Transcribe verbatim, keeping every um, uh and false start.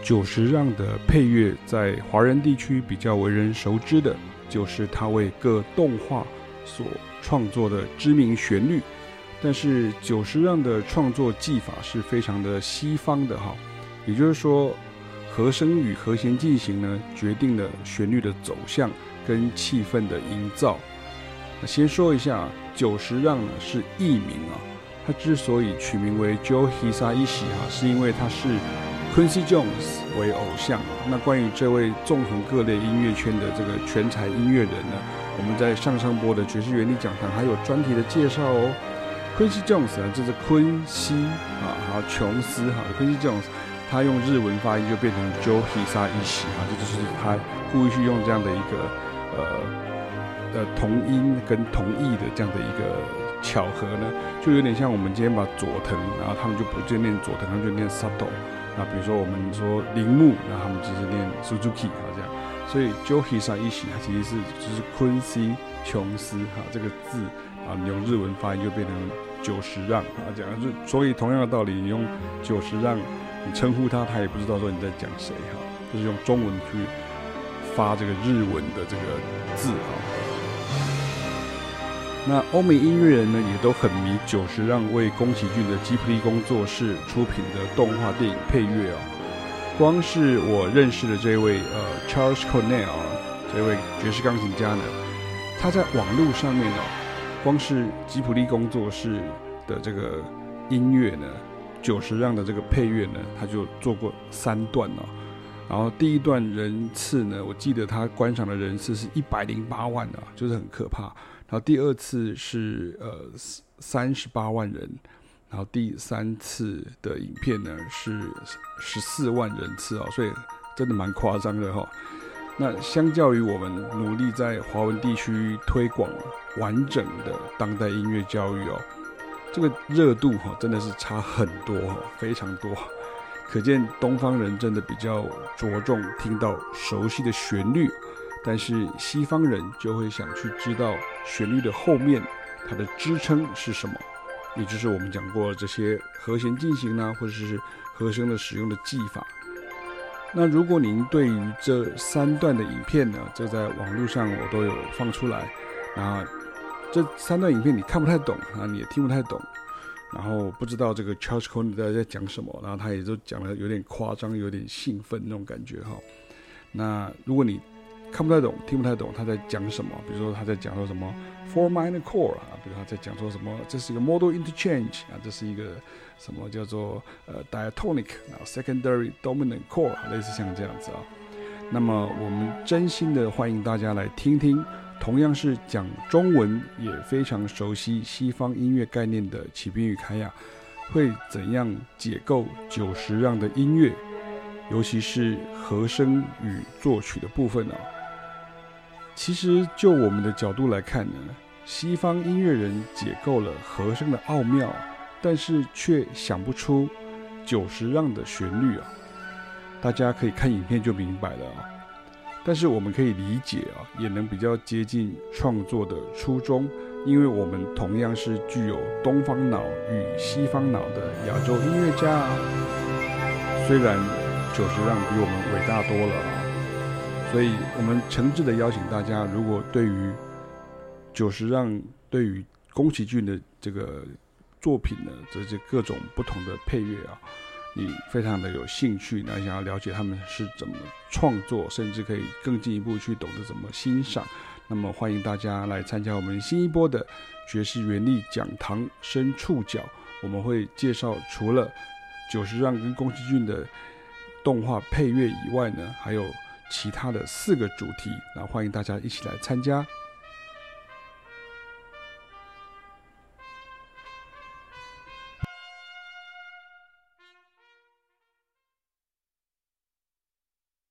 久石让的配乐在华人地区比较为人熟知的，就是他为各动画所创作的知名旋律。但是久石让的创作技法是非常的西方的哈，也就是说，和声与和弦进行呢，决定了旋律的走向跟气氛的营造。那先说一下，久石让呢是艺名啊，他之所以取名为 Joe Hisaishi 哈，是因为他是 Quincy Jones 为偶像。那关于这位纵横各类音乐圈的这个全才音乐人呢，我们在上上播的爵士原理讲堂还有专题的介绍哦。Quincy Jones 呢，这是昆西啊，还有琼斯哈 ，Quincy Jones， 他用日文发音就变成 Joe Hisaishi 哈，这就是他故意去用这样的一个呃呃同音跟同义的这样的一个巧合呢，就有点像我们今天把佐藤，然后他们就不就念佐藤，他们就念 Sato。那比如说我们说铃木，然后他们就是念 Suzuki 啊这样。所以 Joe Hisaishi 它其实是就是昆西琼斯哈这个字啊，你用日文发音就变成久石让啊这样。所以同样的道理，你用久石让，你称呼他，他也不知道说你在讲谁哈，就是用中文去发这个日文的这个字哈。那欧美音乐人呢，也都很迷久石让为宫崎骏的吉卜力工作室出品的动画电影配乐哦。光是我认识的这位呃 Charles Cornell 这位爵士钢琴家呢，他在网络上面哦，光是吉卜力工作室的这个音乐呢，久石让的这个配乐呢，他就做过三段哦。然后第一段人次呢，我记得他观赏的人次是一百零八万啊，就是很可怕。然后第二次是呃三十八万人，然后第三次的影片呢是十四万人次哦，所以真的蛮夸张的哈、哦。那相较于我们努力在华文地区推广完整的当代音乐教育哦，这个热度哈、哦、真的是差很多哈、哦，非常多。可见东方人真的比较着重听到熟悉的旋律。但是西方人就会想去知道旋律的后面它的支撑是什么，也就是我们讲过这些和弦进行啦，或者是和声的使用的技法。那如果您对于这三段的影片呢，这在网络上我都有放出来，那这三段影片你看不太懂啊，你也听不太懂，然后不知道这个 Charles Cornell 在讲什么，然后他也就讲的有点夸张，有点兴奋那种感觉哈。那如果你看不太懂，听不太懂他在讲什么，比如说他在讲说什么 four minor chord 啊，比如他在讲说什么这是一个 modal interchange 啊，这是一个什么叫做呃 diatonic 然后 secondary dominant chord 类似像这样子啊。那么我们真心的欢迎大家来听听，同样是讲中文也非常熟悉西方音乐概念的启斌与凯雅会怎样解构久石让的音乐，尤其是和声与作曲的部分啊。其实就我们的角度来看呢，西方音乐人解构了和声的奥妙，但是却想不出久石让的旋律啊。大家可以看影片就明白了啊。但是我们可以理解啊，也能比较接近创作的初衷，因为我们同样是具有东方脑与西方脑的亚洲音乐家啊。虽然久石让比我们伟大多了啊。所以我们诚挚的邀请大家，如果对于久石让、对于宫崎骏的这个作品呢，这些各种不同的配乐啊，你非常的有兴趣，那想要了解他们是怎么创作，甚至可以更进一步去懂得怎么欣赏，那么欢迎大家来参加我们新一波的爵士原力讲堂深触角。我们会介绍除了久石让跟宫崎骏的动画配乐以外呢，还有其他的四个主题，那欢迎大家一起来参加。